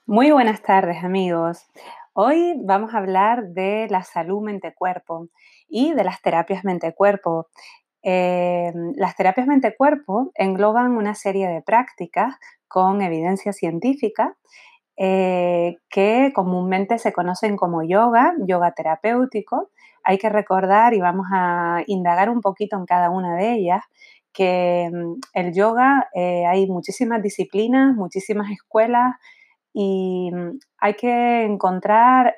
Muy buenas tardes, amigos. Hoy vamos a hablar de la salud mente-cuerpo y de las terapias mente-cuerpo. Las terapias mente-cuerpo engloban una serie de prácticas con evidencia científica que comúnmente se conocen como yoga terapéutico. Hay que recordar y vamos a indagar un poquito en cada una de ellas que el yoga hay muchísimas disciplinas, muchísimas escuelas y hay que encontrar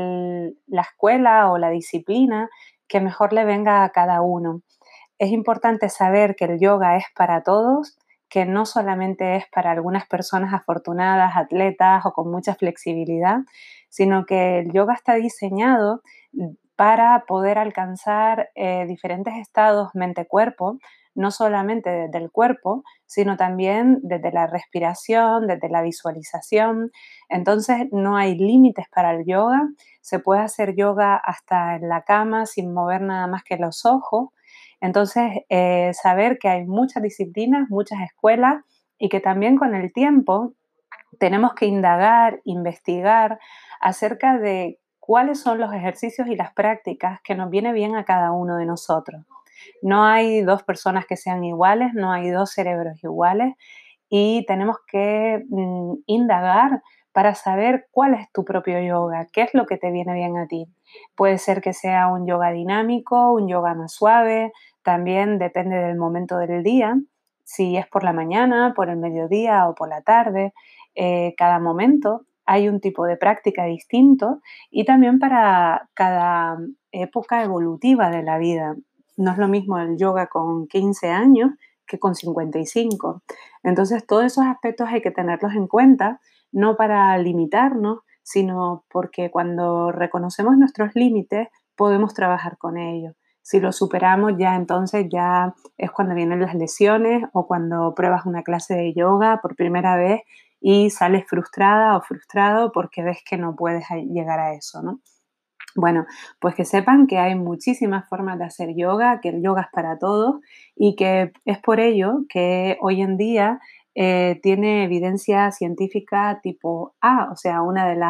la escuela o la disciplina que mejor le venga a cada uno. Es importante saber que el yoga es para todos, que no solamente es para algunas personas afortunadas, atletas o con mucha flexibilidad, sino que el yoga está diseñado para poder alcanzar diferentes estados mente-cuerpo, no solamente desde el cuerpo, sino también desde la respiración, desde la visualización. Entonces no hay límites para el yoga, se puede hacer yoga hasta en la cama sin mover nada más que los ojos. Entonces, saber que hay muchas disciplinas, muchas escuelas y que también con el tiempo tenemos que indagar, investigar acerca de cuáles son los ejercicios y las prácticas que nos viene bien a cada uno de nosotros. No hay dos personas que sean iguales, no hay dos cerebros iguales y tenemos que indagar para saber cuál es tu propio yoga, qué es lo que te viene bien a ti. Puede ser que sea un yoga dinámico, un yoga más suave, también depende del momento del día, si es por la mañana, por el mediodía o por la tarde. Cada momento hay un tipo de práctica distinto y también para cada época evolutiva de la vida. No es lo mismo el yoga con 15 años que con 55. Entonces, todos esos aspectos hay que tenerlos en cuenta, no para limitarnos, sino porque cuando reconocemos nuestros límites podemos trabajar con ellos. Si los superamos ya entonces ya es cuando vienen las lesiones o cuando pruebas una clase de yoga por primera vez y sales frustrada o frustrado porque ves que no puedes llegar a eso, ¿no? Bueno, pues que sepan que hay muchísimas formas de hacer yoga, que el yoga es para todos y que es por ello que hoy en día tiene evidencia científica tipo A, o sea, una de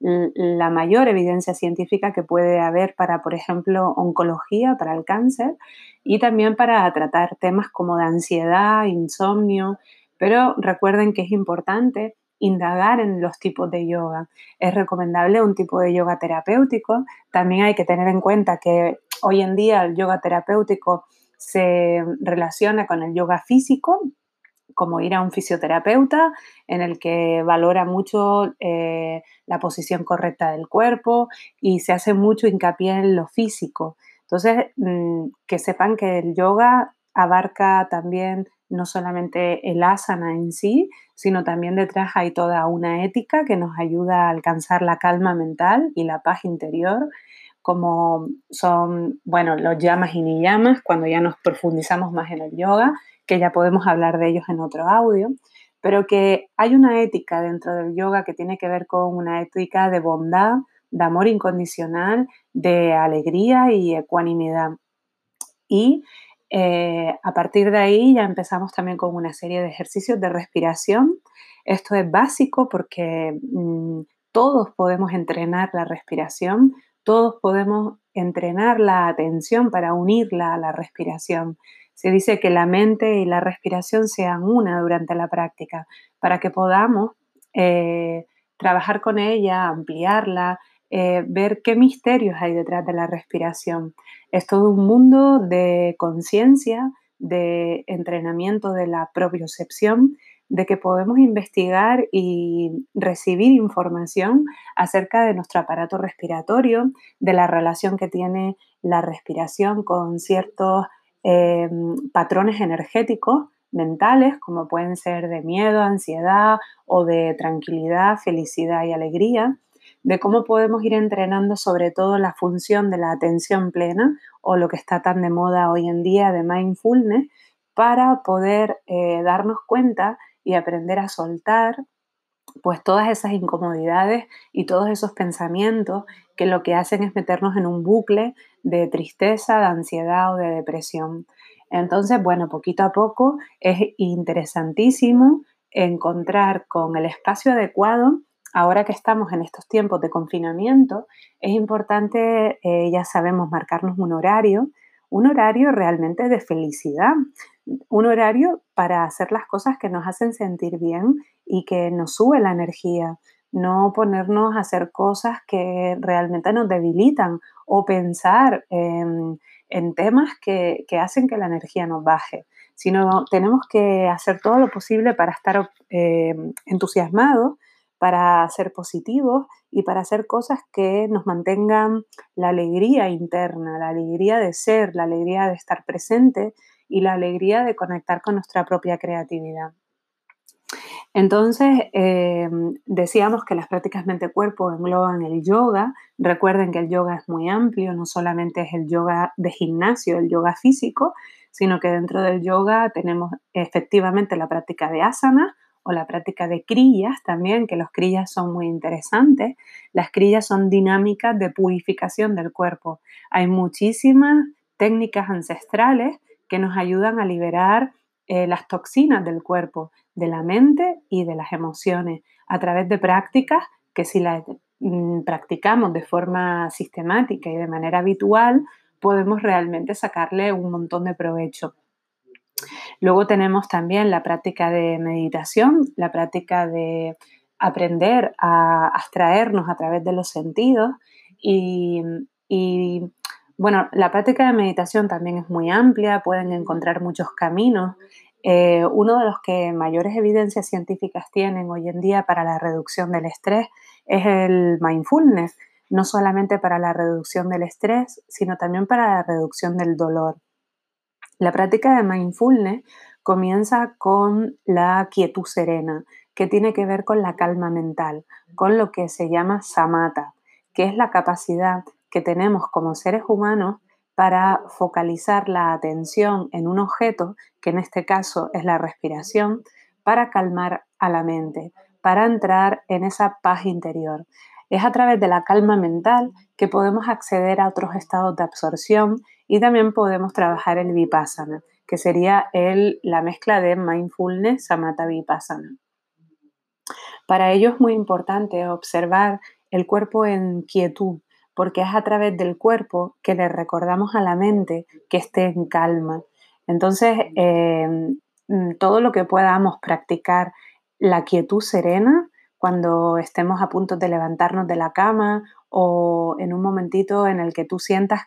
la mayor evidencia científica que puede haber para, por ejemplo, oncología, para el cáncer y también para tratar temas como de ansiedad, insomnio, pero recuerden que es importante indagar en los tipos de yoga. Es recomendable un tipo de yoga terapéutico. También hay que tener en cuenta que hoy en día el yoga terapéutico se relaciona con el yoga físico, como ir a un fisioterapeuta en el que valora mucho la posición correcta del cuerpo y se hace mucho hincapié en lo físico. Entonces, que sepan que el yoga abarca también no solamente el asana en sí, sino también detrás hay toda una ética que nos ayuda a alcanzar la calma mental y la paz interior, como son, bueno, los yamas y niyamas, cuando ya nos profundizamos más en el yoga, que ya podemos hablar de ellos en otro audio, pero que hay una ética dentro del yoga que tiene que ver con una ética de bondad, de amor incondicional, de alegría y ecuanimidad. Y a partir de ahí ya empezamos también con una serie de ejercicios de respiración. Esto es básico porque todos podemos entrenar la respiración, todos podemos entrenar la atención para unirla a la respiración. Se dice que la mente y la respiración sean una durante la práctica para que podamos eh, trabajar con ella, ampliarla, ver qué misterios hay detrás de la respiración. Es todo un mundo de conciencia, de entrenamiento de la propiocepción, de que podemos investigar y recibir información acerca de nuestro aparato respiratorio, de la relación que tiene la respiración con ciertos eh, patrones energéticos mentales, como pueden ser de miedo, ansiedad o de tranquilidad, felicidad y alegría, de cómo podemos ir entrenando sobre todo la función de la atención plena o lo que está tan de moda hoy en día de mindfulness para poder darnos cuenta y aprender a soltar pues todas esas incomodidades y todos esos pensamientos que lo que hacen es meternos en un bucle de tristeza, de ansiedad o de depresión. Entonces, bueno, poquito a poco es interesantísimo encontrar con el espacio adecuado ahora que estamos en estos tiempos de confinamiento, es importante, ya sabemos, marcarnos un horario realmente de felicidad, un horario para hacer las cosas que nos hacen sentir bien y que nos sube la energía, no ponernos a hacer cosas que realmente nos debilitan o pensar en temas que hacen que la energía nos baje, sino tenemos que hacer todo lo posible para estar entusiasmados, para ser positivos y para hacer cosas que nos mantengan la alegría interna, la alegría de ser, la alegría de estar presente y la alegría de conectar con nuestra propia creatividad. Entonces, decíamos que las prácticas mente-cuerpo engloban el yoga. Recuerden que el yoga es muy amplio, no solamente es el yoga de gimnasio, el yoga físico, sino que dentro del yoga tenemos efectivamente la práctica de asana o la práctica de kriyas también, que los kriyas son muy interesantes. Las kriyas son dinámicas de purificación del cuerpo. Hay muchísimas técnicas ancestrales que nos ayudan a liberar las toxinas del cuerpo, de la mente y de las emociones, a través de prácticas que si las practicamos de forma sistemática y de manera habitual, podemos realmente sacarle un montón de provecho. Luego tenemos también la práctica de meditación, la práctica de aprender a abstraernos a través de los sentidos y, y, bueno, la práctica de meditación también es muy amplia, pueden encontrar muchos caminos. Uno de los que mayores evidencias científicas tienen hoy en día para la reducción del estrés es el mindfulness, no solamente para la reducción del estrés, sino también para la reducción del dolor. La práctica de mindfulness comienza con la quietud serena, que tiene que ver con la calma mental, con lo que se llama samatha, que es la capacidad que tenemos como seres humanos para focalizar la atención en un objeto, que en este caso es la respiración, para calmar a la mente, para entrar en esa paz interior. Es a través de la calma mental que podemos acceder a otros estados de absorción y también podemos trabajar el vipassana, que sería la mezcla de mindfulness, samatha, vipassana. Para ello es muy importante observar el cuerpo en quietud, porque es a través del cuerpo que le recordamos a la mente que esté en calma. Entonces, todo lo que podamos practicar la quietud serena cuando estemos a punto de levantarnos de la cama o en un momentito en el que tú sientas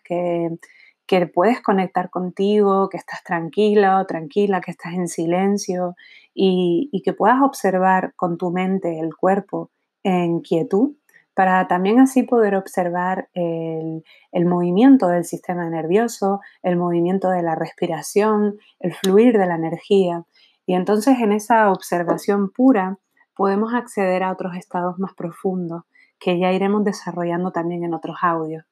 que puedes conectar contigo, que estás tranquila o tranquila, que estás en silencio y que puedas observar con tu mente el cuerpo en quietud para también así poder observar el movimiento del sistema nervioso, el movimiento de la respiración, el fluir de la energía. Y entonces en esa observación pura podemos acceder a otros estados más profundos que ya iremos desarrollando también en otros audios.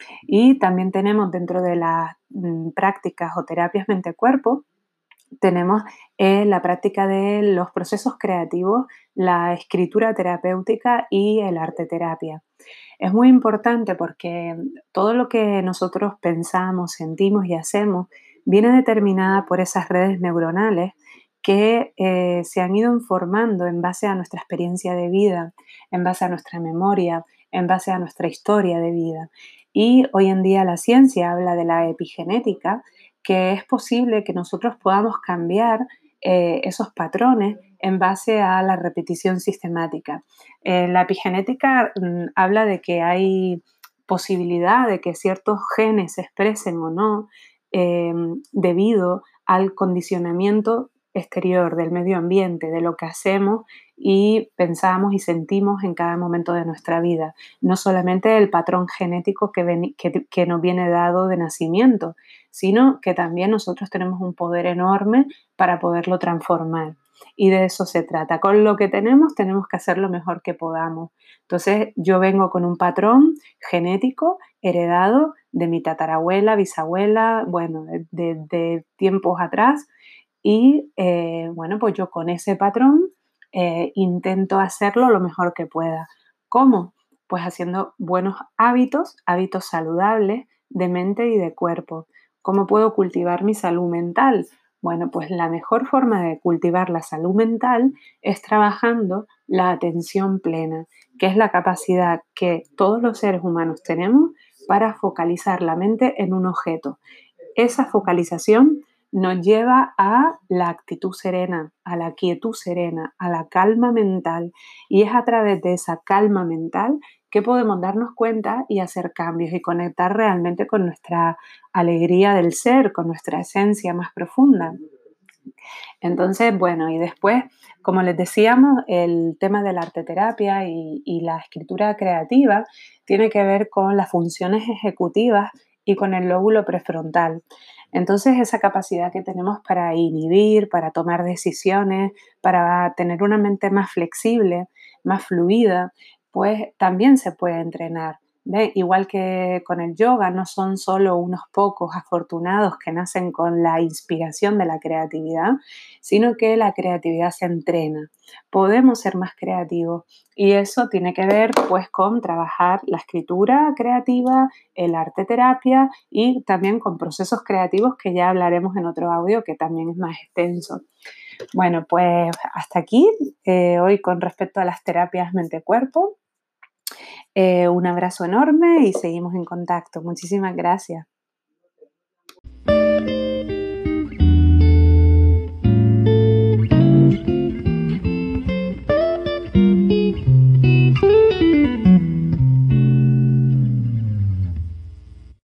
Y también tenemos dentro de las prácticas o terapias mente-cuerpo, tenemos la práctica de los procesos creativos, la escritura terapéutica y el arte terapia. Es muy importante porque todo lo que nosotros pensamos, sentimos y hacemos viene determinada por esas redes neuronales que se han ido formando en base a nuestra experiencia de vida, en base a nuestra memoria, en base a nuestra historia de vida. Y hoy en día la ciencia habla de la epigenética, que es posible que nosotros podamos cambiar esos patrones en base a la repetición sistemática. La epigenética habla de que hay posibilidad de que ciertos genes se expresen o no eh, debido al condicionamiento exterior del medio ambiente, de lo que hacemos y pensamos y sentimos en cada momento de nuestra vida. No solamente el patrón genético que nos viene dado de nacimiento, sino que también nosotros tenemos un poder enorme para poderlo transformar. Y de eso se trata. Con lo que tenemos que hacer lo mejor que podamos. Entonces, yo vengo con un patrón genético heredado de mi tatarabuela, bisabuela, bueno, de tiempos atrás. Y bueno, pues yo con ese patrón intento hacerlo lo mejor que pueda. ¿Cómo? Pues haciendo buenos hábitos, hábitos saludables de mente y de cuerpo. ¿Cómo puedo cultivar mi salud mental? Bueno, pues la mejor forma de cultivar la salud mental es trabajando la atención plena, que es la capacidad que todos los seres humanos tenemos para focalizar la mente en un objeto. Esa focalización nos lleva a la actitud serena, a la quietud serena, a la calma mental. Y es a través de esa calma mental que podemos darnos cuenta y hacer cambios y conectar realmente con nuestra alegría del ser, con nuestra esencia más profunda. Entonces, bueno, y después, como les decíamos, el tema de la arteterapia y la escritura creativa tiene que ver con las funciones ejecutivas y con el lóbulo prefrontal. Entonces, esa capacidad que tenemos para inhibir, para tomar decisiones, para tener una mente más flexible, más fluida, pues también se puede entrenar. ¿Ve? Igual que con el yoga, no son solo unos pocos afortunados que nacen con la inspiración de la creatividad, sino que la creatividad se entrena. Podemos ser más creativos y eso tiene que ver pues con trabajar la escritura creativa, el arte terapia y también con procesos creativos que ya hablaremos en otro audio que también es más extenso. Bueno, pues hasta aquí hoy con respecto a las terapias mente-cuerpo. Un abrazo enorme y seguimos en contacto. Muchísimas gracias.